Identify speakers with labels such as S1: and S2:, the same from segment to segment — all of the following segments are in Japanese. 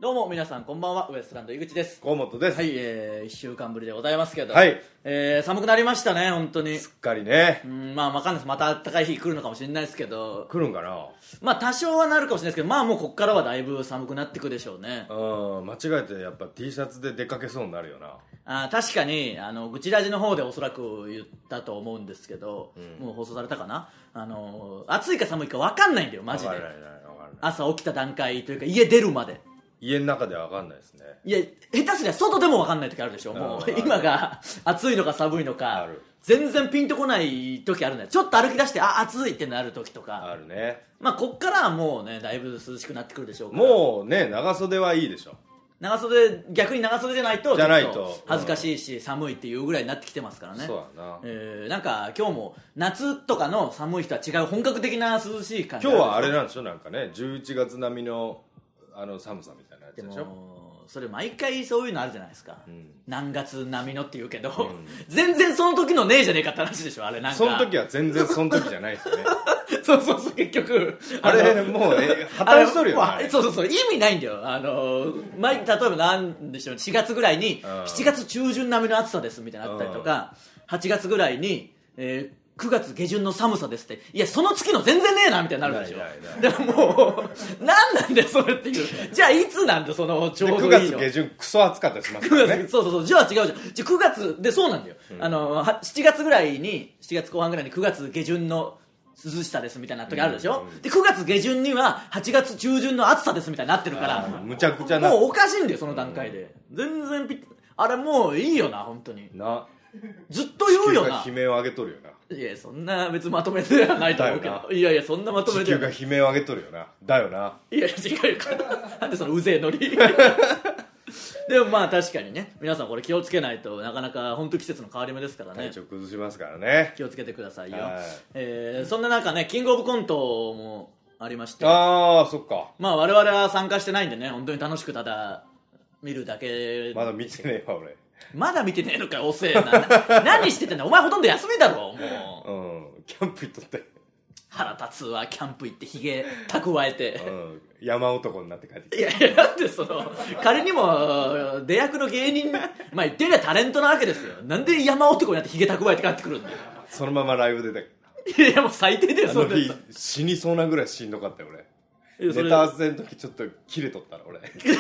S1: どうも皆さんこんばんは、ウエストランド井口です。
S2: 河本です。
S1: はい、1週間ぶりでございますけど、
S2: はい、
S1: 寒くなりましたね、本当に。
S2: すっかりね。
S1: まあわかんないです、また暖かい日来るのかもしれないですけど、
S2: 来るんかな。
S1: まあ多少はなるかもしれないですけど、まあもうこっからはだいぶ寒くなってくでしょうね。
S2: 間違えてやっぱ T シャツで出かけそうになるよな。
S1: 確かに愚痴ラジの方でおそらく言ったと思うんですけど、もう放送されたかな。暑いか寒いか分かんないんだよマジで。
S2: 分かんない
S1: 朝起きた段階というか家出るまで。
S2: 家の中では分かんないですね。
S1: いや下手すりゃ外でも分かんない時あるでしょ。もう今が暑いのか寒いのか全然ピンとこない時あるんだよ。ちょっと歩き出して暑いってなる時とか
S2: あるね。
S1: まあこっからはもうねだいぶ涼しくなってくるでしょうから。
S2: もうね長袖はいいでしょ。
S1: 長袖、逆に長袖じゃないと恥ずかしいし、寒いっていうぐらいになってきてますからね。
S2: そうだな。
S1: なんか今日も夏とかの寒い日とは違う本格的な涼しい感じ。
S2: 今日はあれなんでしょ、なんかね11月並みの寒さみたいなやつでしょ。
S1: でもそれ毎回そういうのあるじゃないですか、何月並みのって言うけど、全然その時のねえじゃねえかって話でしょ。あれなんか
S2: その時は全然その時じゃないですよね。
S1: そう結局
S2: あれもう破綻しとるよね。
S1: そう意味ないんだよ。例えばなんでしょう、4月ぐらいに7月中旬並みの暑さですみたいなのあったりとか、8月ぐらいに、9月下旬の寒さですって、いやその月の全然ねえなみたいになるでしょ。でももう何なんだよそれっていう。じゃあいつなんだよそのちょうどいいの。
S2: 9月下旬クソ暑かったりしますからね。
S1: そうじゃあ違うじゃん。じゃあ9月でそうなんだよ、7月ぐらいに7月後半ぐらいに9月下旬の涼しさですみたいな時あるでしょ、で9月下旬には8月中旬の暑さですみたいになってるから
S2: むちゃくちゃな。
S1: もうおかしいんだよその段階で、全然あれもういいよな本当にな。ずっと言うよな。
S2: 地球が悲鳴を上げとるよな。
S1: いやそんな別にまとめではないと思うけど、いやそんなまとめで
S2: 地球が悲鳴を上げとるよな。だよな。
S1: いや違うよなんでそのうぜえノリでもまあ確かにね、皆さんこれ気をつけないとなかなか本当季節の変わり目ですからね。
S2: 体調崩しますからね。
S1: 気をつけてくださいよ。そんな中ねキングオブコントもありまして、
S2: そっか。
S1: まあ我々は参加してないんでね、本当に楽しくただ見るだけ。
S2: まだ見てねえわ俺。
S1: まだ見てねえのか遅えな何しててんだお前、ほとんど休みだろも
S2: う。キャンプ行っとって
S1: 腹立つわ。キャンプ行ってヒゲ蓄えて、
S2: 山男になって帰ってき
S1: て。いやなんで仮にも出役の芸人まあ言ってみればタレントなわけですよ。なんで山男になってヒゲ蓄えて帰ってくるんだよ。
S2: そのままライブ出たけど。
S1: いやもう最低だよ。
S2: あの日死にそうなぐらいしんどかったよ俺。ネタ合わせの時ちょっとキレとったら俺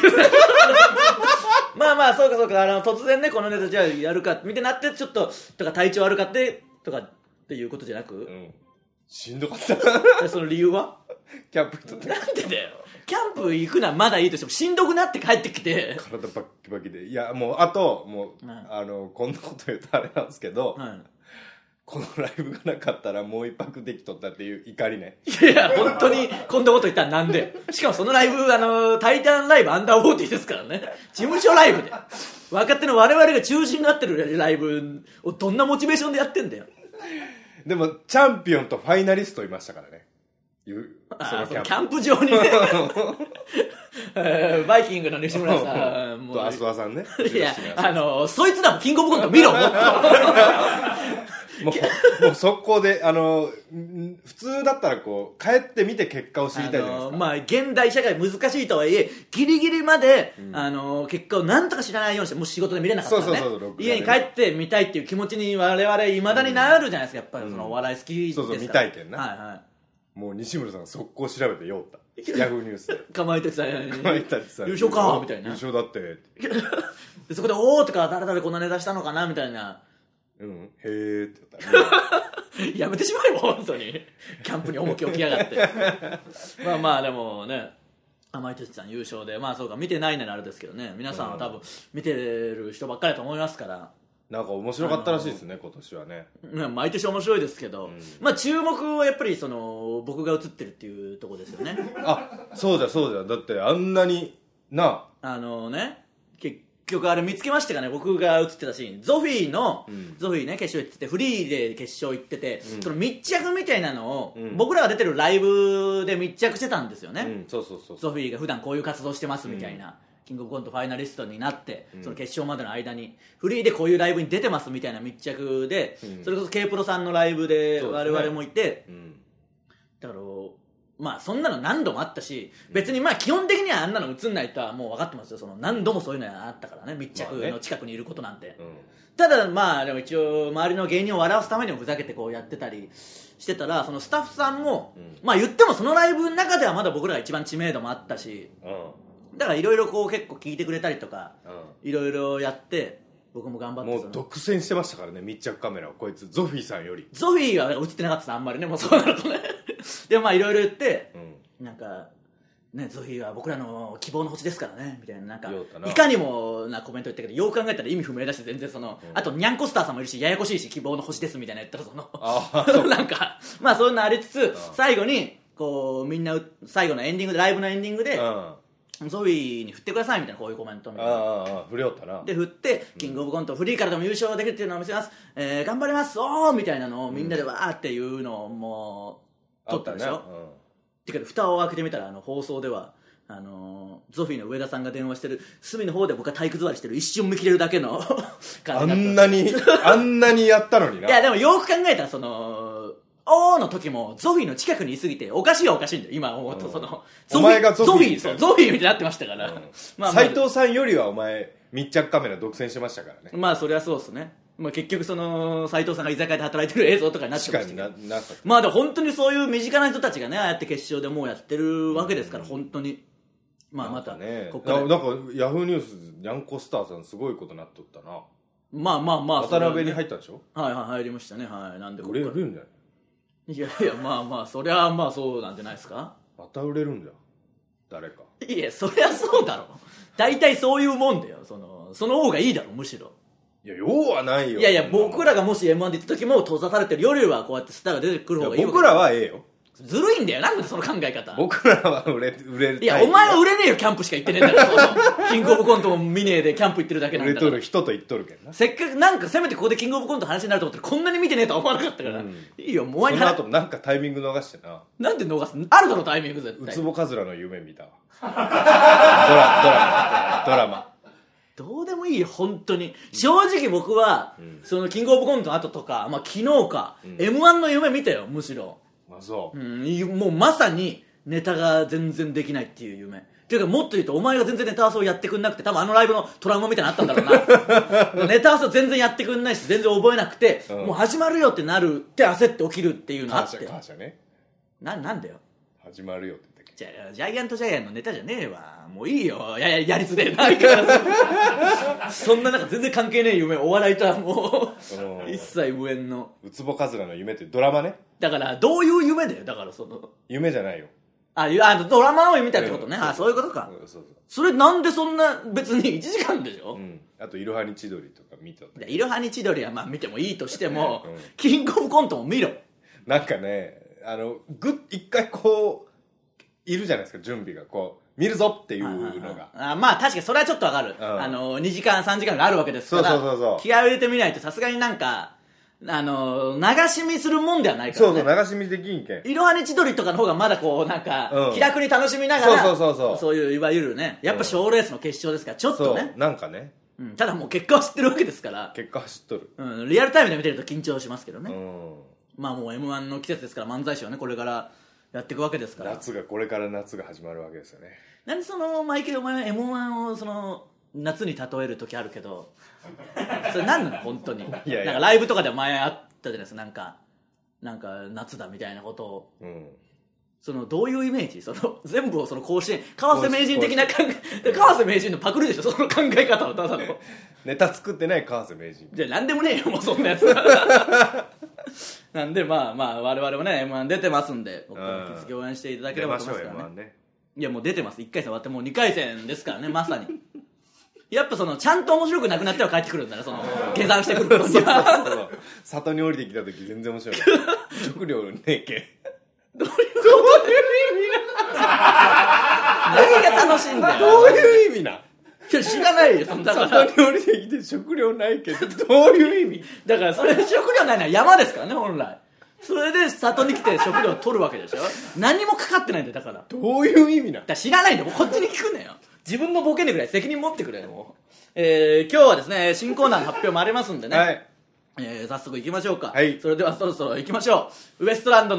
S1: まあそうか突然ねこのネタじゃあやるかみたいになってちょっととか体調悪かってとかっていうことじゃなく、
S2: しんどかった
S1: その理由は
S2: キャンプ行っとって
S1: なんでだよ。キャンプ行くのはまだいいとしてもしんどくなって帰ってきて
S2: 体バッキバキで、いやもうあともう、こんなこと言うとあれなんですけど、このライブがなかったらもう一泊できとったっていう怒りね。
S1: いや本当にこんなこと言ったらなんで。しかもそのライブタイタンライブアンダーウォーティーですからね。事務所ライブで若手の我々が中心になってるライブをどんなモチベーションでやってんだよ。
S2: でもチャンピオンとファイナリストいましたからね。
S1: そのキャンプ場にねバイキングの西村さん
S2: とアスワさんね。
S1: いやそいつらもキングオブコント見ろもっと
S2: もう速攻で普通だったらこう帰ってみて結果を知りたいじゃないですか。
S1: まあ現代社会難しいとはいえギリギリまで、結果をなんとか知らないようにして、もう仕事で見れなかったらね、家に帰ってみたいっていう気持ちに我々いまだになるじゃないですか。やっぱりそのお笑い好きですから、
S2: 見たいけんな。
S1: はいはい。
S2: もう西村さんが速攻調べてよったヤフーニュースで
S1: かまいたちさん
S2: 優
S1: 勝かみたいな。
S2: 優勝だって
S1: でそこでおーとか誰々こんなネタしたのかなみたいな。
S2: へーって言ったら
S1: やめてしまえば本当にキャンプに重きを置きやがってまあでもねかまいたちさん優勝で、まあそうか見てないならあれですけどね、皆さんは多分見てる人ばっかりだと思いますから。
S2: なんか面白かったらしいですね今年はね。
S1: 毎年面白いですけど、まあ注目はやっぱり僕が映ってるっていうところですよね。
S2: そうじゃだってあんなにな
S1: 結局あれ見つけましたかね。僕が映ってたシーン、ゾフィーね決勝行ってて、フリーで決勝行ってて、その密着みたいなのを、僕らが出てるライブで密着してたんですよね。
S2: そう
S1: ゾフィーが普段こういう活動してますみたいな、キングオブコントファイナリストになって、その決勝までの間にフリーでこういうライブに出てますみたいな密着で、それこそ K プロさんのライブで我々もいて、だからまあそんなの何度もあったし、別にまあ基本的にはあんなの映んないとはもう分かってますよ。その何度もそういうのがあったからね、密着の近くにいることなんて、ただまあでも一応周りの芸人を笑わすためにもふざけてこうやってたりしてたら、そのスタッフさんも、まあ言ってもそのライブの中ではまだ僕らが一番知名度もあったし、だからいろいろこう結構聞いてくれたりとかいろいろやって、僕も頑張って
S2: もう独占してましたからね、密着カメラを。こいつゾフィーさんより。
S1: ゾフィーは映ってなかったあんまりね、もうそうなるとねでもまあいろいろ言って、なんかね、ゾフィーは僕らの希望の星ですからねみたいな、なんかいかにもなコメント言ったけど、よく考えたら意味不明だし、全然その、あとニャンコスターさんもいるしややこしいし、希望の星ですみたいな言ったらそのなんかまあそんなありつつ、最後にこうみんな最後のエンディングで、ライブのエンディングで、ゾフィーに振ってくださいみたいな、こういうコメントみたいな
S2: 振りよったな。
S1: で振って、キングオブコントフリーからでも優勝できるっていうのを見せます、頑張りますおーみたいなのをみんなでわーっていうのをもう撮ったでしょ、ってか蓋を開けてみたら、放送ではゾフィーの上田さんが電話してる隅の方で僕が体育座りしてる、一瞬見切れるだけの感じだった。
S2: あんなにやったのにな。
S1: いやでもよく考えたら、そのおーの時もゾフィーの近くにいすぎておかしいはおかしいんだよ今思うと、その
S2: お前がゾフィー
S1: ゾフィーみたいになってましたから、
S2: 斉藤さんよりはお前密着カメラ独占してましたからね。
S1: まあそれはそうですね。まあ、結局その斉藤さんが居酒屋で働いてる映像とかになってましたけど、まあでも本当にそういう身近な人たちがね、ああやって決勝でもうやってるわけですから、本当にまあまた
S2: ね、こっからなんかヤフーニュースニャンコスターさんすごいことなっとったな。
S1: まあ
S2: 渡辺に入ったでしょ。
S1: はい入りましたね。はい。なんでこ
S2: 売れるんじゃない。
S1: いやまあそりゃまあそうなんじゃないですか。
S2: また売れるんじゃん誰か。
S1: いやそりゃそうだろ、大体そういうもんだよ。その方がいいだろ、むしろ。
S2: いや用はないよ。
S1: いや僕らがもし M1 で行った時も閉ざされてるよりはこうやってスターが出てくる方がいいわけ。
S2: 僕らはええよ。
S1: ずるいんだよ、なんでその考え方。
S2: 僕らは売れる。
S1: いやお前は売れねえよ、キャンプしか行ってねえんだからキングオブコントも見ねえでキャンプ行ってるだけなんだから。
S2: 売れとる人と言っとるけどな。
S1: せっかくなんかせめてここでキングオブコントの話になると思ったらこんなに見てねえとは思わなかったから、いいよもう。
S2: その後なんかタイミング逃してな。
S1: なんで逃すあるだろタイミング絶対。
S2: ウツボカズラの夢見たわドラマ
S1: どうでもいいよ本当に。正直僕は、そのキングオブコントの後とか、まあ、昨日か、M1 の夢見たよむしろ。
S2: そう、
S1: もうまさにネタが全然できないっていう夢っていうか、もっと言うとお前が全然ネタ合わせをやってくんなくて、多分あのライブのトラウマみたいなのあったんだろうなネタ合わせを全然やってくんないし全然覚えなくて、もう始まるよってなるって焦って起きるっていうのあって。
S2: 感謝ね。
S1: なんだよ
S2: 始まるよって
S1: ジャイアントジャイアンのネタじゃねえわ、もういいよやりつでないからそんななんか全然関係ねえ夢、お笑いとはもう一切無縁の
S2: ウツボカズラの夢ってドラマね。
S1: だからどういう夢だよ。だからその
S2: 夢じゃないよ。
S1: ドラマを見たってことね。そういうことか。それなんでそんな別に1時間でしょ。
S2: あとイロハニチドリとか見てた。
S1: イロハニチドリはまあ見てもいいとしても、キングオブコントも見ろ。
S2: なんかね、一回こういるじゃないですか、準備がこう見るぞっていうのが。
S1: まあ確かにそれはちょっとわかる。2時間3時間があるわけですから、
S2: そう
S1: 気合を入れてみないとさすがになんか流し見するもんではないからね。
S2: そう流し見できんけん。
S1: いろはに千鳥とかの方がまだこうなんか気楽に楽しみながら、そういういわゆるね、やっぱ賞レースの決勝ですからちょっとね、
S2: なんかね、
S1: ただもう結果は知ってるわけですから。
S2: 結果は知っとる。
S1: リアルタイムで見てると緊張しますけどね。まあもう M1 の季節ですから、漫才師はねこれからやっていくわけですから。
S2: これから夏が始まるわけですよね。
S1: なんでその毎回お前は M1 をその夏に例える時あるけどそれ何なの本当に。なんかライブとかで前あったじゃないですか、なんか夏だみたいなことを、そのどういうイメージ、その全部をその甲子園川瀬名人的な考え、川瀬名人のパクリでしょその考え方は。ただの
S2: ネタ作ってない川瀬名人
S1: じゃあ何でもねえよもうそんなやつなんでまあ我々もね M1 出てますんで、僕も引き続き応援していただければと思いますからね。いやもう出てます。1回戦終わってもう2回戦ですからね、まさにやっぱそのちゃんと面白くなくなっては帰ってくるんだな、その下山してくることには
S2: 里に降りてきた時全然面白い食料ねえけ
S1: どういう意味な何が楽しいんだよ。
S2: どういう意味な。
S1: 知らないよ。だから
S2: 里に降りてきて食料ないけどどういう意味。
S1: だからそれ食料ないのは山ですからね本来。それで里に来て食料を取るわけでしょ。何もかかってないんだよ。だから
S2: どういう意味な。
S1: だから知らないんだよ。こっちに聞くなよ。自分のボケでぐらい責任持ってくれよ。もう今日はですね新コーナーの発表もありますんでね、早速行きましょうか。それではそろそろ行きましょう。ウエストランドの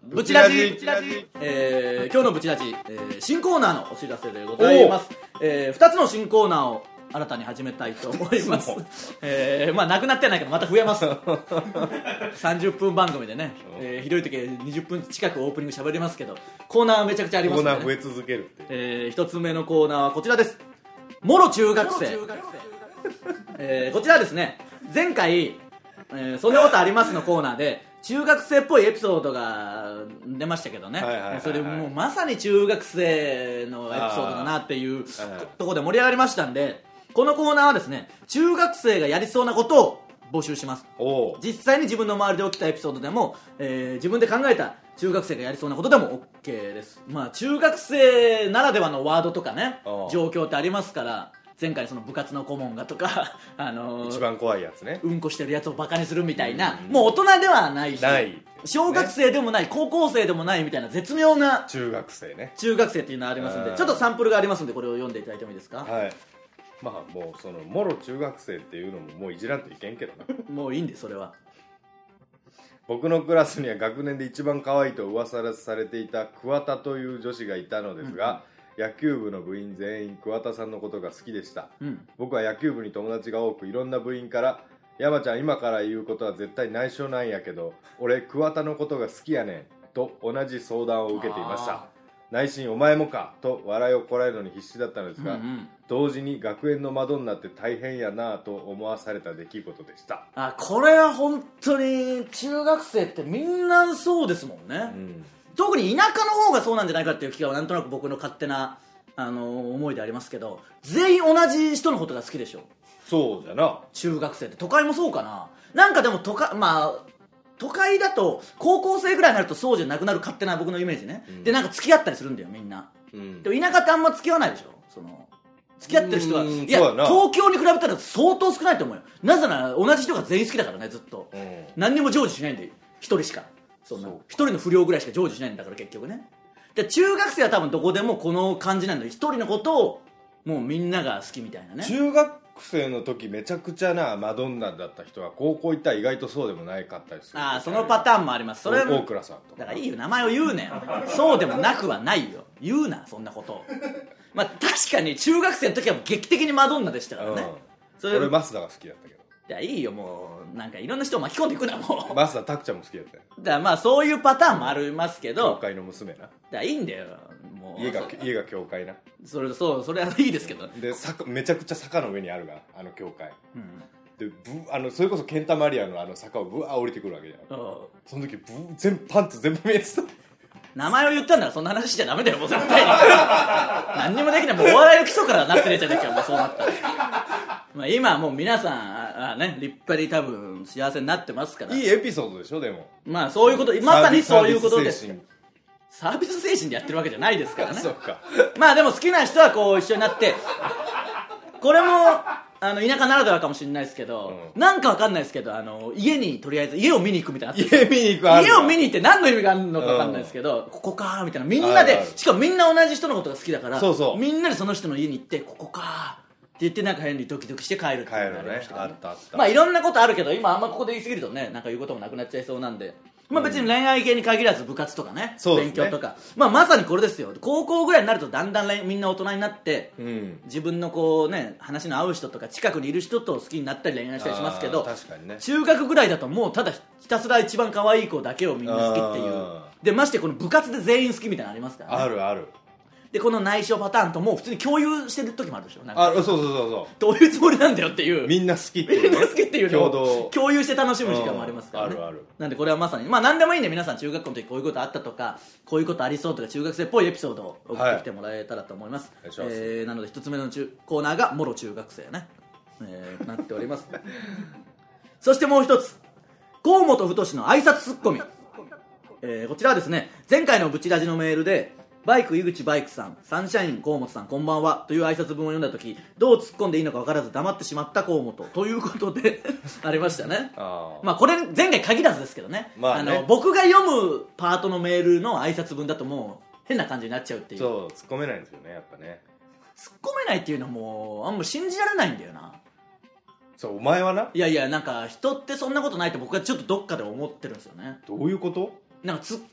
S1: ブチラジ。今日のブチラジ、新コーナーのお知らせでございます。2つの新コーナーを新たに始めたいと思います。まあなくなってないけどまた増えます。30分番組でね、ひどい時は20分近くオープニング喋りますけど、コーナーはめちゃくちゃありますので、ね、
S2: コーナー増え続けるって。
S1: 1つ目のコーナーはこちらです。もろ中学生。こちらはですね、前回、そんなことありますのコーナーで中学生っぽいエピソードが出ましたけどね、それでもうまさに中学生のエピソードだなっていうところで盛り上がりましたんで、このコーナーはですね、中学生がやりそうなことを募集します。実際に自分の周りで起きたエピソードでも、自分で考えた中学生がやりそうなことでも OK です。まあ中学生ならではのワードとかね、状況ってありますから、前回その部活の顧問がとか、
S2: 一番怖いやつね、
S1: うんこしてるやつをバカにするみたいな、もう大人ではないし、小学生でもない、高校生でもないみたいな絶妙な
S2: 中学生ね、
S1: 中学生っていうのがありますんで、ちょっとサンプルがありますんで、これを読んでいただいてもいいですか。
S2: はい。まあもうそのもろ中学生っていうのももういじらんといけんけどな。
S1: もういいんでそれは。
S2: 僕のクラスには学年で一番可愛いと噂されていた桑田という女子がいたのですが、野球部の部員全員桑田さんのことが好きでした、僕は野球部に友達が多く、いろんな部員から山ちゃん今から言うことは絶対内緒なんやけど俺桑田のことが好きやねんと同じ相談を受けていました。内心お前もかと笑いをこらえるのに必死だったのですが、同時に学園のマドンナって大変やなと思わされた出来事でした。
S1: これは本当に中学生ってみんなそうですもんね、特に田舎の方がそうなんじゃないかっていう気がなんとなく僕の勝手な思いでありますけど、全員同じ人のことが好きでしょ。
S2: そうだな、
S1: 中学生って。都会もそうかな。なんかでも都会だと高校生ぐらいになるとそうじゃなくなる勝手な僕のイメージね、でなんか付き合ったりするんだよみんな、でも田舎ってあんま付き合わないでしょ。その付き合ってる人は、いや東京に比べたら相当少ないと思うよ。なぜなら同じ人が全員好きだからね、ずっと、何にも成就しないんで、一人しか、そんな一人の不良ぐらいしか成就しないんだから結局ね。で中学生は多分どこでもこの感じなんだよ。一人のことをもうみんなが好きみたいなね。
S2: 中学生の時めちゃくちゃなマドンナだった人は高校行ったら意外とそうでもないかったりする。
S1: そのパターンもあります。それ
S2: 大倉さんとか。
S1: だからいいよ、名前を言うねん。そうでもなくはないよ、言うなそんなことを。まあ確かに中学生の時は劇的にマドンナでしたからね、
S2: 俺増田が好きだったけど。
S1: いやいいよ、もうなんかいろんな人を巻き込んでいくな、もう。
S2: 増田拓ちゃんも好きだったよ。
S1: だからまあそういうパターンもありますけど、
S2: 教会の娘な。だか
S1: らいいんだよ、もう
S2: 家が教会な。
S1: それはいいですけど、
S2: でめちゃくちゃ坂の上にあるが教会、でそれこそケンタマリアの坂をブワー降りてくるわけじゃん。その時パンツ全部見えてた。
S1: 名前を言ったんだらそんな話しちゃダメだよ、もう絶対に。何にもできない、もうお笑いの基礎からなってねえじゃねえか、もうそうなったら。まあ今はもう皆さんね、立派に多分幸せになってますから。
S2: いいエピソードでしょ。でもま
S1: あそういうこと、まさにそういうことです。サービス精神でやってるわけじゃないですからね。
S2: そうか。
S1: まあでも好きな人はこう一緒になって、これも田舎ならではかもしれないですけど、なんかわかんないですけど、家にとりあえず家を見に行くみたいな。
S2: 家見に行く。
S1: 家を見に行って何の意味があるのかわかんないですけど、ここかーみたいな、みんなで、しかもみんな同じ人のことが好きだから、みんなでその人の家に行って、ここかーって言って、なんか変にドキドキして帰るっていうのがありましたからね。まあいろんなことあるけど、今あんまここで言い過ぎるとね、なんか言うこともなくなっちゃいそうなんで、まあ別に恋愛系に限らず部活とかね、勉強とか、まあまさにこれですよ。高校ぐらいになるとだんだんみんな大人になって、自分のこうね、話の合う人とか近くにいる人と好きになったり恋愛したりしますけど、中学ぐらいだともうただひたすら一番可愛い子だけをみんな好きっていう。でましてこの部活で全員好きみたいなのありますからね。
S2: あるある。で
S1: この内緒パターンともう普通に共有してる時もあるでしょ。なん
S2: かそう
S1: どういうつもりなんだよっていう、
S2: みんな好きっていう、ね、
S1: みんな好きっていうのを共有して楽しむ時間もありますからね。
S2: ある。
S1: なんでこれはまさにまあ何でもいいんで、皆さん中学校の時こういうことあったとか、こういうことありそうとか、中学生っぽいエピソードを送ってきてもらえたらと思います、なので一つ目のコーナーがもろ中学生ね、なっておりますそしてもう一つ、河本太の挨拶ツッコミ、こちらはですね、前回のブチラジのメールでバイク井口バイクさん、サンシャイン河本さんこんばんはという挨拶文を読んだ時、どう突っ込んでいいのか分からず黙ってしまった河本ということでありましたね。まあこれ前回限らずですけどね、僕が読むパートのメールの挨拶文だともう変な感じになっちゃうっていう。
S2: そう、突っ込めないんですよね、やっぱね。
S1: 突っ込めないっていうのはもうあんま信じられないんだよな。
S2: そう、お前はな。
S1: いやなんか人ってそんなことないって僕はちょっとどっかで思ってるんですよね。
S2: どういうこと？
S1: なんか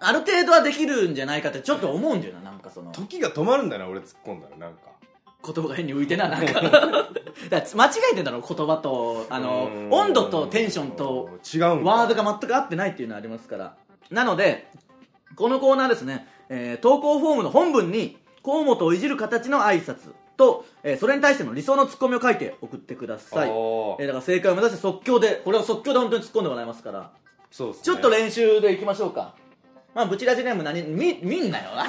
S1: ある程度はできるんじゃないかってちょっと思うんだよな。なんかその
S2: 時が止まるんだよな、俺突っ込んだら。なんか
S1: 言葉が変に浮いてな、なんかだから間違えてんだろ、言葉と温度とテンションと
S2: 違うんだ、
S1: ワードが全く合ってないっていうのはありますから。なのでこのコーナーですね、投稿フォームの本文に河本をいじる形の挨拶と、それに対しての理想のツッコミを書いて送ってください。だから正解を目指して即興で、これは即興で本当に突っ込んでもらいますから。
S2: そうですね、
S1: ちょっと練習でいきましょうか。まあブチラジネーム見んなよな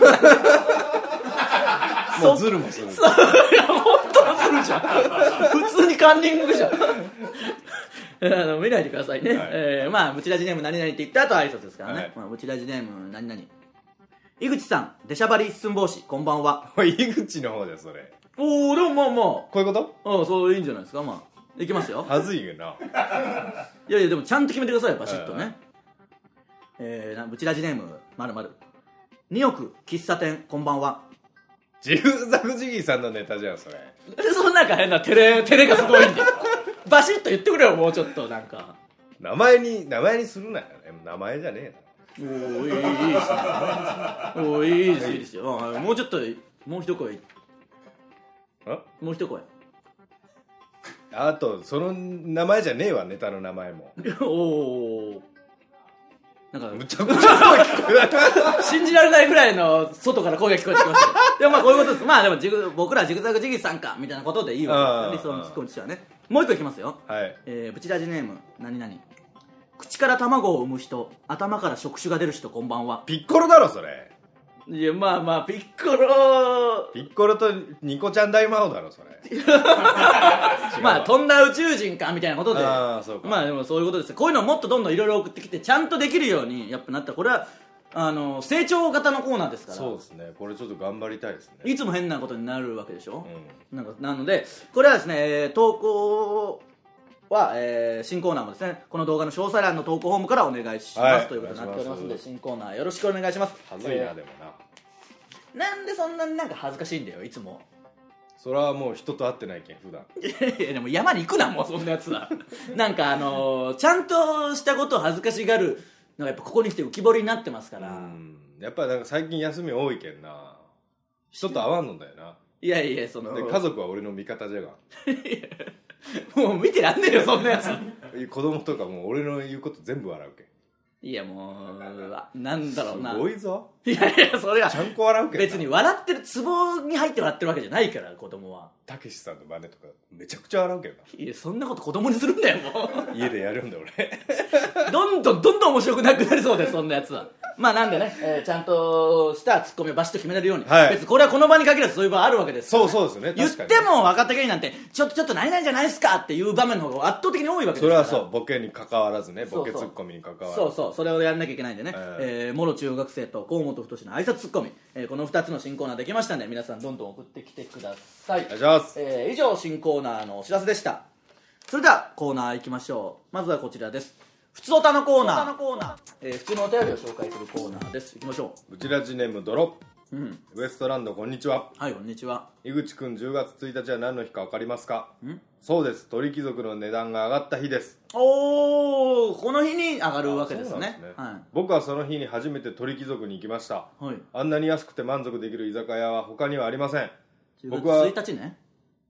S2: もうズルもする。
S1: いや本当のズルじゃん普通にカンニングじゃん見ないでくださいね、はい。まあブチラジネーム何々って言った後挨拶ですからね、はい。まあ、ブチラジネーム何々。井口さん、出しゃばり一寸法師、こんばんは。
S2: 井口の方だよそれ。
S1: おお、でもまあまあ
S2: こういうこと？
S1: そういいんじゃないですか。まあいきますよ。
S2: はずいよな。
S1: いやいや、でもちゃんと決めてくださいよ、バシッとね。ブチラジネーム○○2億喫茶店、こんばんは。
S2: ジグザグジギーさんのネタじゃんそれ。
S1: そのなんか変な照れがすごいんでバシッと言ってくれよ、もうちょっと。なんか
S2: 名前にするなよ。名前じゃねえな。
S1: おお、いいですね。おお、いいですよ。もうちょっと、もう一声。もう一声。
S2: あとその名前じゃねえわ、ネタの名前も。
S1: おお、なんか
S2: むちゃくちゃ声聞こえ
S1: 信じられないぐらいの外から声が聞こえてきましたでもまあこういうことです。まあでも僕らジグザグジギーさんかみたいなことでいいわけですよ、理想のツッコミとしてはね。もう一個いきますよ。
S2: はい。
S1: ブチラジネーム何々口から卵を産む人、頭から触手が出る人、こんばんは。
S2: ピッコロだろそれ。
S1: いや、まあまあピッコロ
S2: とニコちゃん大魔王だろそれ
S1: まあ飛んだ宇宙人かみたいなことで。
S2: そうか。
S1: まあでもそういうことです。こういうのをもっとどんどんいろいろ送ってきてちゃんとできるようにやっぱなったら、これは成長型のコーナーですから。
S2: そうですね、これちょっと頑張りたいですね。
S1: いつも変なことになるわけでしょ、なのでこれはですね、投稿は、新コーナーもですね、この動画の詳細欄の投稿フォームからお願いします、はい、ということになっておりますので、新コーナーよろしくお願いします。
S2: はずいな、でも
S1: なんでそんなになんか恥ずかしいんだよいつも。
S2: それはもう人と会ってないけん普段。
S1: いやでも山に行くな、もうそんなやつはなんかちゃんとしたことを恥ずかしがるのがやっぱここに来て浮き彫りになってますから。
S2: やっぱなんか最近休み多いけんな、人と会わんのだよな。
S1: いやいや、
S2: で家族は俺の味方じゃが
S1: もう見てらんねえよそんなやつ
S2: 子供とかもう俺の言うこと全部笑うけん。
S1: いやもうなんだろうな、
S2: すごいぞ。
S1: いやいや、それは
S2: ちゃんこ笑うけん。
S1: 別に笑ってるツボに入って笑ってるわけじゃないから、子供は。
S2: たけしさんの真似とかめちゃくちゃ笑うけどな。
S1: いや、そんなこと子供にするんだよもう
S2: 家でやるんだ俺
S1: どんどん面白くなくなりそうです、そんなやつは。まあなんでね、ちゃんとしたツッコミをバシッと決めれるように、別にこれはこの場に限らずそういう場あるわけですから、ね、
S2: そうですね。
S1: 言っても若手芸人なんてちょっと何々じゃないですかっていう場面の方が圧倒的に多いわけですから。
S2: それはそう、ボケに関わらずね、ボケツッコミに関わらず、
S1: それをやらなきゃいけないんでね、もろ中学生と河本太の挨拶ツッコミ、この2つの新コーナーできましたんで、皆さんどんどん送ってきてください。
S2: お願いします。
S1: 以上新コーナーのお知らせでした。それではコーナー行きましょう。まずはこちらです。ふつおたのコーナー、普通のお便りを紹介するコーナーです。行きましょ
S2: う。うちらじネームドロップ、ウエストランド、こんにちは。
S1: はい、こんにちは。
S2: 井口くん、10月1日は何の日か分かりますか？そうです、鳥貴族の値段が上がった日です。
S1: おー、この日に上がるわけですね。
S2: 僕はその日に初めて鳥貴族に行きました。あんなに安くて満足できる居酒屋は他にはありません。
S1: 僕は1日ね、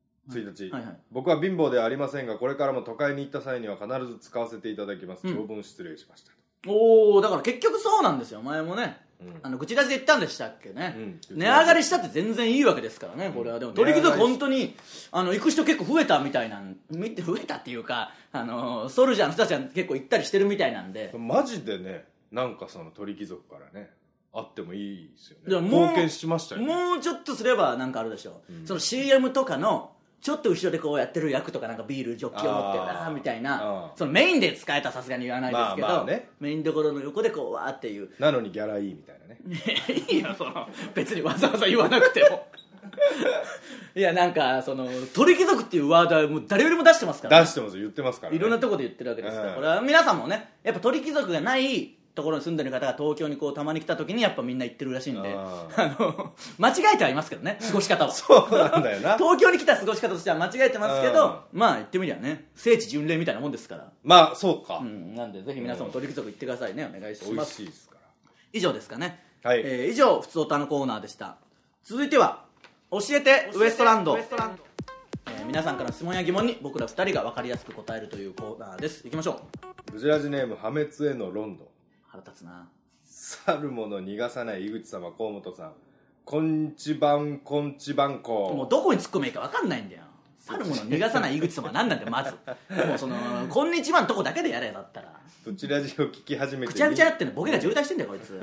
S2: 1日、僕は貧乏ではありませんが、これからも都会に行った際には必ず使わせていただきます。長文失礼しました。
S1: おー、だから結局そうなんですよ。前もね、愚痴出しで言ったんでしたっけね、値上がりしたって全然いいわけですからね、これは。でも鳥貴族本当に行く人結構増えたみたいなん増えたっていうか、ソルジャーの人たちは結構行ったりしてるみたいなんで。
S2: マジでね、なんかその鳥貴族からねあってもいいですよね。貢献しましたよね。
S1: もうちょっとすればなんかあるでしょ、その CM とかのちょっと後ろでこうやってる役とか、なんかビールジョッキを持ってるなみたいな、そのメインで使えたらさすがに言わないですけど、メインどころの横でこうわーっていう、
S2: なのにギャラいいみたいなね
S1: いいよ、その別にわざわざ言わなくてもいや、なんかその鳥貴族っていうワードはもう誰よりも出してますから、
S2: 出してます、言ってますからね。
S1: いろんなとこで言ってるわけですから、これは皆さんもね、やっぱ鳥貴族がないところに住んでる方が東京にこうたまに来た時にやっぱみんな行ってるらしいんで、間違えてはいますけどね、過ごし方は。
S2: そうなんだよな
S1: 東京に来た過ごし方としては間違えてますけど、まあ言ってみりゃね、聖地巡礼みたいなもんですから。
S2: まあそうか、
S1: なんでぜひ皆さんも鳥貴族行ってくださいね、お願いします。
S2: 美味しいですから。
S1: 以上ですかね、
S2: はい、
S1: 以上ふつおたのコーナーでした。続いては教えてウエストランド。皆さんからの質問や疑問に僕ら2人が分かりやすく答えるというコーナーです。いきましょ
S2: う。ブジラジネーム破滅へのロンドン。
S1: 腹立つな。
S2: 去る者逃がさない井口様、河本さん、こんちばんこんちばんこ。
S1: もうどこに突っ込めばいいか分かんないんだよ。去る者逃がさない井口様は何なんだよ。まずもうそのこんにちはのとこだけでやれだったら。
S2: ブチラジを聞き始めて
S1: ぐちゃぐちゃやってんの。ボケが渋滞してんだよこいつ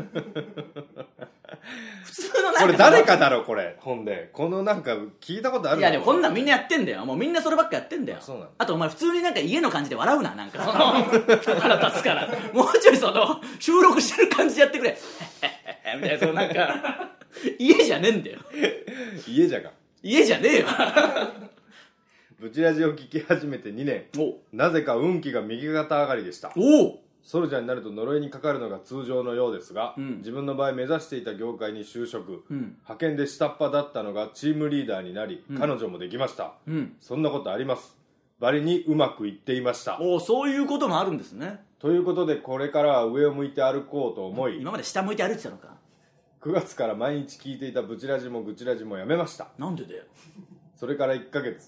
S1: 普通のなんか
S2: これ誰かだろこれ。ほんでこのなんか聞いたことある。
S1: いやでもこんなんみんなやってんだよ。もうみんなそればっかやってんだよ。
S2: そうなの。
S1: あとお前普通になんか家の感じで笑うな。なんかその腹立つからもうちょいその収録してる感じでやってくれみたいな。そのなんか家じゃねえんだよ。
S2: 家じゃが
S1: 家じゃねえよ
S2: ブチラジを聞き始めて2年。なぜか運気が右肩上がりでした。ソルジャーになると呪いにかかるのが通常のようですが、自分の場合目指していた業界に就職、派遣で下っ端だったのがチームリーダーになり、彼女もできました、そんなことあります。バリにうまくいっていました。
S1: そういうこともあるんですね。
S2: ということでこれからは上を向いて歩こうと思い、
S1: 今まで下向いて歩いてたのか。
S2: 9月から毎日聞いていたブチラジもグチラジもやめました。
S1: なんでだよ。
S2: それから1ヶ月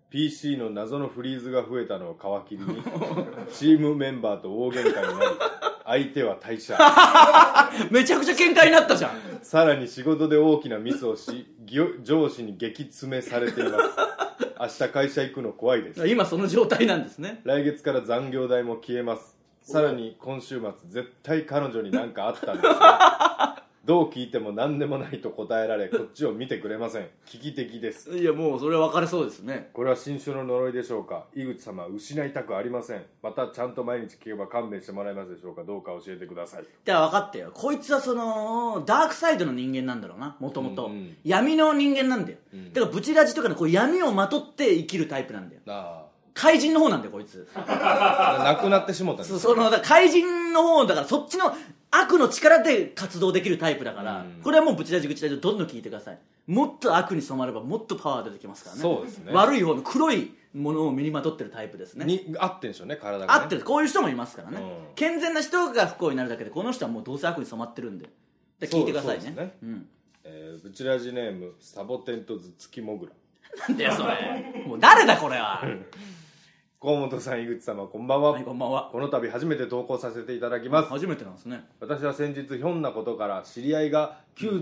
S2: PC の謎のフリーズが増えたのを皮切りにチームメンバーと大喧嘩になり、相手は退社
S1: めちゃくちゃ喧嘩になったじゃん。
S2: さらに仕事で大きなミスをし上司に激詰めされています。明日会社行くの怖いです。
S1: 今その状態なんですね。
S2: 来月から残業代も消えます。さらに今週末絶対彼女に何かあったんですがどう聞いても何でもないと答えられ、こっちを見てくれません。危機的です。
S1: いやもうそれは分かれそうですね。
S2: これは新種の呪いでしょうか。井口様失いたくありません。またちゃんと毎日聞けば勘弁してもらえますでしょうか。どうか教えてください。
S1: じゃあ分かったよ。こいつはそのダークサイドの人間なんだろうな。もともと闇の人間なんだよ、だからブチラジとかのこう闇をまとって生きるタイプなんだよ。怪人の方なんだよこいつ
S2: 亡くなってしもたんです。
S1: その怪人の方だから、そっちの悪の力で活動できるタイプだから、これはもうブチラジグチラジどんどん聞いてください。もっと悪に染まればもっとパワー出てきますからね。
S2: そうですね。
S1: 悪い方の黒いものを身にまとってるタイプですね。
S2: に合ってんでしょうね、体が、ね、
S1: 合ってる。こういう人もいますからね、健全な人が不幸になるだけで、この人はもうどうせ悪に染まってるんで。で聞いてください ね。
S2: ブチラジネームサボテンと頭突きモグラ。
S1: なんだよそれもう誰だこれは
S2: 河本さん、井口様、こんばんは。
S1: はい、こんばんは。
S2: この度初めて投稿させていただきます。
S1: 初めてなんですね。
S2: 私は先日ひょんなことから知り合いが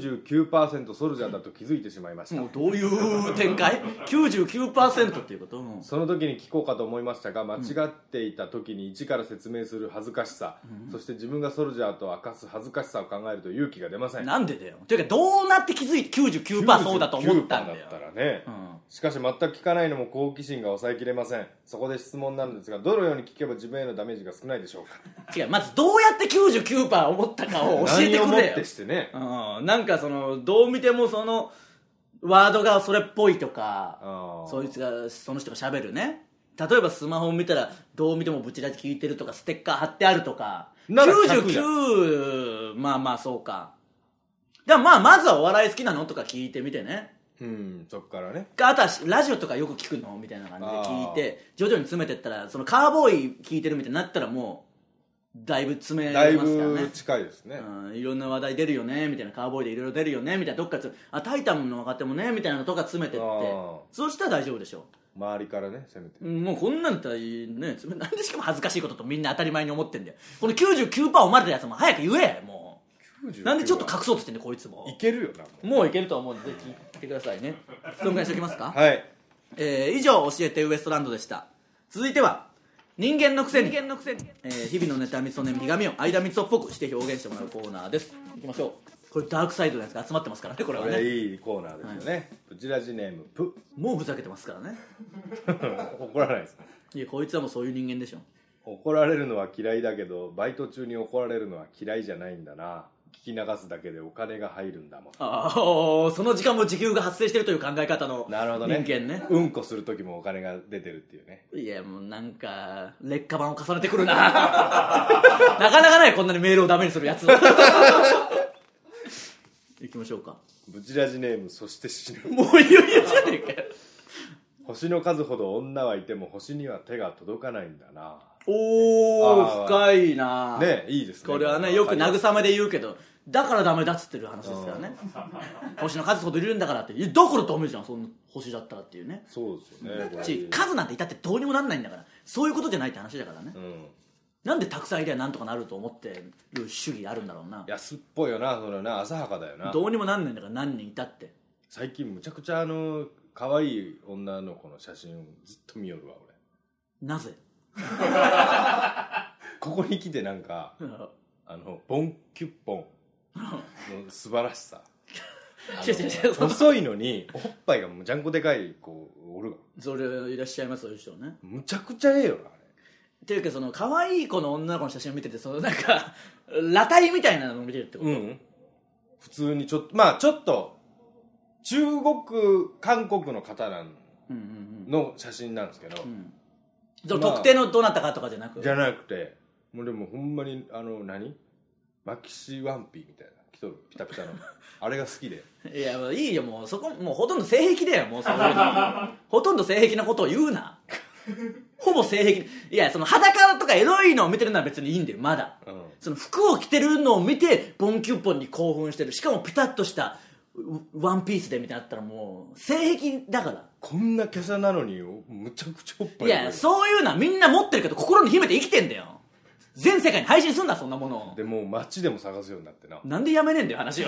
S2: 99% ソルジャーだと気づいてしまいました。
S1: もうどういう展開99% っていうこと、
S2: その時に聞こうかと思いましたが、間違っていた時に一から説明する恥ずかしさ、そして自分がソルジャーと明かす恥ずかしさを考えると勇気が出ません。
S1: なんでだよ。というかどうなって気づいて 99% そうだと思ったんだよ。
S2: 99%だったらね、しかし全く聞かないのも好奇心が抑えきれません。そこで質問なんですが、どのように聞けば自分へのダメージが少ないでしょうか。
S1: 違う、まずどうやって 99% 思ったかを教えてくれよ。
S2: 何をもってしてね、
S1: なんかそのどう見てもそのワードがそれっぽいとか、そいつがその人が喋るね、例えばスマホを見たらどう見てもブチラジ聞いてるとか、ステッカー貼ってあるとか、99%まあまあそうか。でもまあまずはお笑い好きなのとか聞いてみてね。
S2: そっからね。
S1: あとはラジオとかよく聞くのみたいな感じで聞いて、徐々に詰めてったら、そのカーボーイ聞いてるみたいになったらもうだいぶ詰められますからね。
S2: だいぶ近いですね。
S1: いろんな話題出るよねみたいな、カーボーイでいろいろ出るよねみたいな、どっかタイタンの若手もねみたいなのとか詰めてって、そうしたら大丈夫でしょ。
S2: 周りからね、攻めて。
S1: もうこんなんだったらね、なんでしかも恥ずかしいこととみんな当たり前に思ってんだよ。この 99% 思われたやつも早く言え。もうなんでちょっと隠そうとしてんねこいつも。
S2: いけるよな。
S1: もういけると思うんで、ぜひ聞いてくださいね。そのぐらいしておきますか。
S2: はい。
S1: 以上教えてウエストランドでした。続いては人間のくせに、日々のネタみそねひがみを相田みつをっぽくして表現してもらうコーナーです。いきましょう。これダークサイドのやつが集まってますからね。これはね、
S2: これいいコーナーですよね。ブチラジネームプ。
S1: もうふざけてますからね
S2: 怒らないですか。
S1: いや、こいつはもうそういう人間でしょ。怒
S2: られるのは嫌いだけど、バイト中に怒られるのは嫌いじゃないんだな。聞き流すだけでお金が入るんだもん。
S1: その時間も時給が発生してるという考え方の人間ね。
S2: うんこする時もお金が出てるっていうね。
S1: いやもうなんか劣化版を重ねてくるななかなかないこんなにメールをダメにするやついきましょうか。
S2: ブチラジネームそして死ぬ。
S1: もういよいよじゃねえかよ。
S2: 星の数ほど女はいても星には手が届かないんだな。
S1: 深いな
S2: ね。いいですね。
S1: これはね、よく慰めで言うけど、 だからダメだっつってる話ですからね星の数ほどいるんだからって、だからダメじゃんそんな星だったらっていうね。
S2: そうですよね。
S1: 数なんていたってどうにもなんないんだから、そういうことじゃないって話だからね、なんでたくさんいりゃなんとかなると思ってる主義あるんだろうな。
S2: 安っぽいよなそれな、浅はかだよな。
S1: どうにもなんないんだから何人いたって。
S2: 最近むちゃくちゃ可愛い女の子の写真をずっと見よるわ俺。
S1: なぜ
S2: ここに来てなんかボンキュッポンの素晴らしさ細いのにおっぱいがむちゃんこでかい子おるが。
S1: それいらっしゃいますそういう人ね。
S2: むちゃくちゃええよなあれ。
S1: っていうかその可愛い子の女の子の写真を見てて、そのなんか裸体みたいなのを見てるってこと。
S2: 普通にちょっと中国韓国の方の写真なんですけど、
S1: 特定のどなたかとかじゃなく
S2: て、もうでもほんまにマキシワンピーみたいな着とるピタピタのあれが好きで。
S1: いやもういいよ、もうそこもうほとんど性癖だよ、もうそういうのほとんど性癖なことを言うなほぼ性癖。いやその裸とかエロいのを見てるのは別にいいんだよまだ、その服を着てるのを見てボンキュッポンに興奮してる、しかもピタッとしたワンピースでみたいなったらもう性癖だから。
S2: こんな華奢なのにむちゃくちゃおっぱい。
S1: いやそういうのはみんな持ってるけど心に秘めて生きてんだよ。全世界に配信すんだそんなものを。
S2: でもう街でも探すようになってな。
S1: なんでやめねえんだよ話を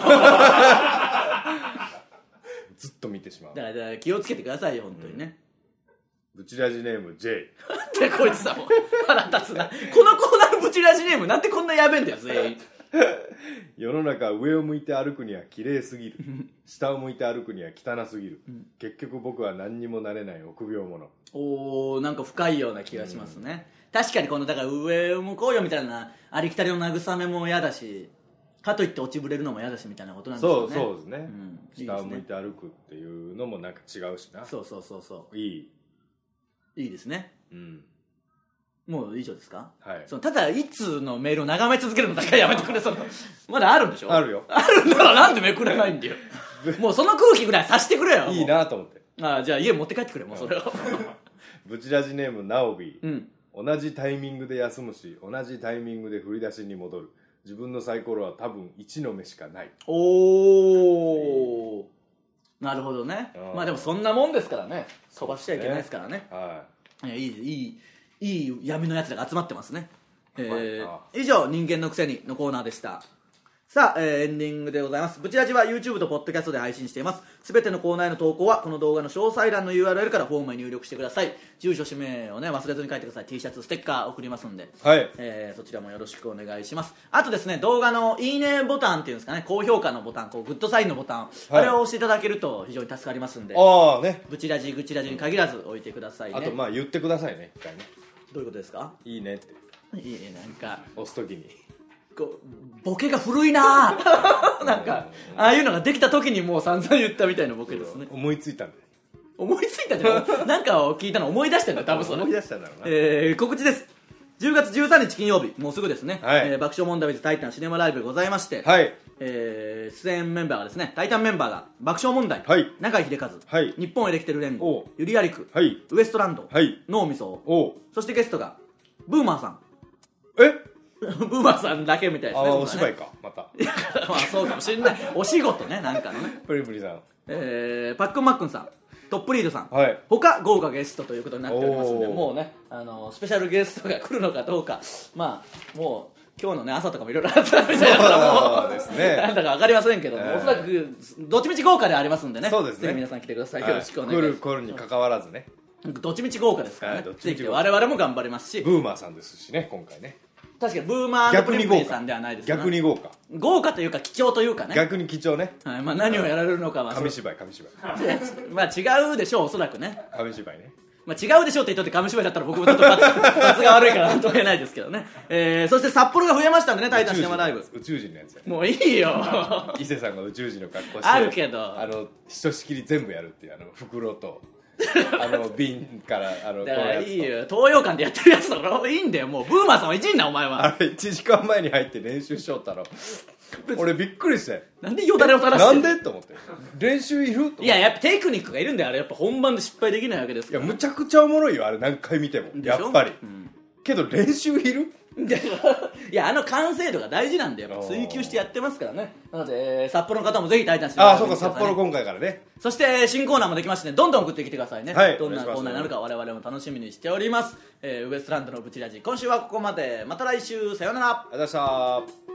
S2: ずっと見てしまう。
S1: だから気をつけてくださいよ本当にね。
S2: ブチラジネーム J
S1: ってこいつさもう腹立つなこのコーナーのブチラジネームなんでこんなやべえんだよ全員
S2: 世の中上を向いて歩くには綺麗すぎる下を向いて歩くには汚すぎる、結局僕は何にもなれない臆病者。
S1: おーなんか深いような気がしますね、確かにこのだから上を向こうよみたいなありきたりの慰めも嫌だし、かといって落ちぶれるのも嫌だしみたいなことなんですよね。
S2: そうですね、下を向いて歩くっていうのもなんか違うしな。
S1: そう
S2: い
S1: いですね。もう以上ですか。
S2: はい。
S1: そのただ一通のメールを眺め続けるのだけはやめてくれ。そのまだあるんでしょ。
S2: あるよ。
S1: あるんだからなんでめくれないんだよもうその空気ぐらいさしてくれよ。
S2: いいなと思って。
S1: ああじゃあ家持って帰ってくれもうそれを
S2: ブチラジネームナオビー、同じタイミングで休むし同じタイミングで振り出しに戻る。自分のサイコロは多分1の目しかない。
S1: おーなるほどね。まあでもそんなもんですからね。飛ばしちゃいけないですからね。いい闇のやつらが集まってますね。以上人間のくせにのコーナーでした。さあ、エンディングでございます。ブチラジは YouTube と Podcast で配信しています。すべてのコーナーへの投稿はこの動画の詳細欄の URL からフォームに入力してください。住所氏名をね忘れずに書いてください。 T シャツステッカー送りますんで、そちらもよろしくお願いします。あとですね動画のいいねボタンっていうんですかね、高評価のボタン、こうグッドサインのボタン、あれを押していただけると非常に助かりますんで、ブチラジグチラジに限らず置いてくださいね。
S2: あと言ってくださいね一回ね。
S1: どういうことですか。
S2: いいねって
S1: いいねなんか
S2: 押すときに
S1: ボケが古いななんかああいうのができた時にもう散々言ったみたいなボケですね。
S2: 思いついたんで。
S1: 思いついたんじゃんなんかを聞いたの思い出してんだよ多分それ。
S2: 思い出したんだろうな。
S1: 告知です。10月13日金曜日もうすぐですね、爆笑問題 with タイタンシネマライブございまして、出演メンバーがですねタイタンメンバーが爆笑問題、永井秀和、日本エレキテル連合、ゆりやりく、ウエストランド、脳みそ、そしてゲストがブーマーさん。ブーマーさんだけみたいですね。
S2: お芝居かまた
S1: まあそうかもしれない。お仕事ねなんかのね。
S2: プリプリさん、
S1: パックンマックンさん、トップリードさん、他豪華ゲストということになっておりますので、もうねスペシャルゲストが来るのかどうか、まあもう今日のね朝とかもいろいろあったみたいなからもうですねなんだか分かりませんけども、おそらくどっちみち豪華でありますんでね。ぜひ皆さん来てください。よろしくお願いします。来る
S2: 頃に関わらずね、
S1: どっちみち豪華ですからね。ぜひ我々も頑張りますし、
S2: ブーマーさんですしね今回ね。
S1: 確かにブーマープリプリさんではないです。
S2: 逆に豪
S1: 華というか貴重というかね。
S2: 逆に貴重ね。
S1: 何をやられるのかは
S2: 紙芝居
S1: まあ違うでしょうおそらくね。
S2: 紙芝居ね。
S1: まあ違うでしょうって言っとって紙芝居だったら僕もちょっと罰が悪いからなんとも言えないですけどね。そして札幌が増えましたんでねタイタンシネマライブ。
S2: 宇宙人のやつや
S1: もういいよ
S2: 伊勢さんが宇宙人の格好して
S1: あるけど
S2: ひとしきり全部やるっていう袋と瓶から
S1: だからいいよ東洋館でやってるやつだろ。いいんだよもう。ブーマーさんはいじんなお前は。
S2: あれ1時間前に入って練習しよったの俺びっくりして
S1: なんでよだれを垂らして
S2: なんでと思って練習いると。
S1: いややっぱテクニックがいるんだよあれ。やっぱ本番で失敗できないわけですから。
S2: いやむちゃくちゃおもろいよあれ何回見てもやっぱり、 けど練習いる
S1: いや完成度が大事なんでやっぱ追求してやってますからね。なので札幌の方もぜひタイタンしてください。
S2: そうか、札幌今回からね。
S1: そして新コーナーもできましてね、どんどん送ってきてくださいね、
S2: はい、
S1: どんなコーナーになるか我々も楽しみにしております。ウエストランドのブチラジ、今週はここまで。また来週、さようなら。
S2: ありがとうございました。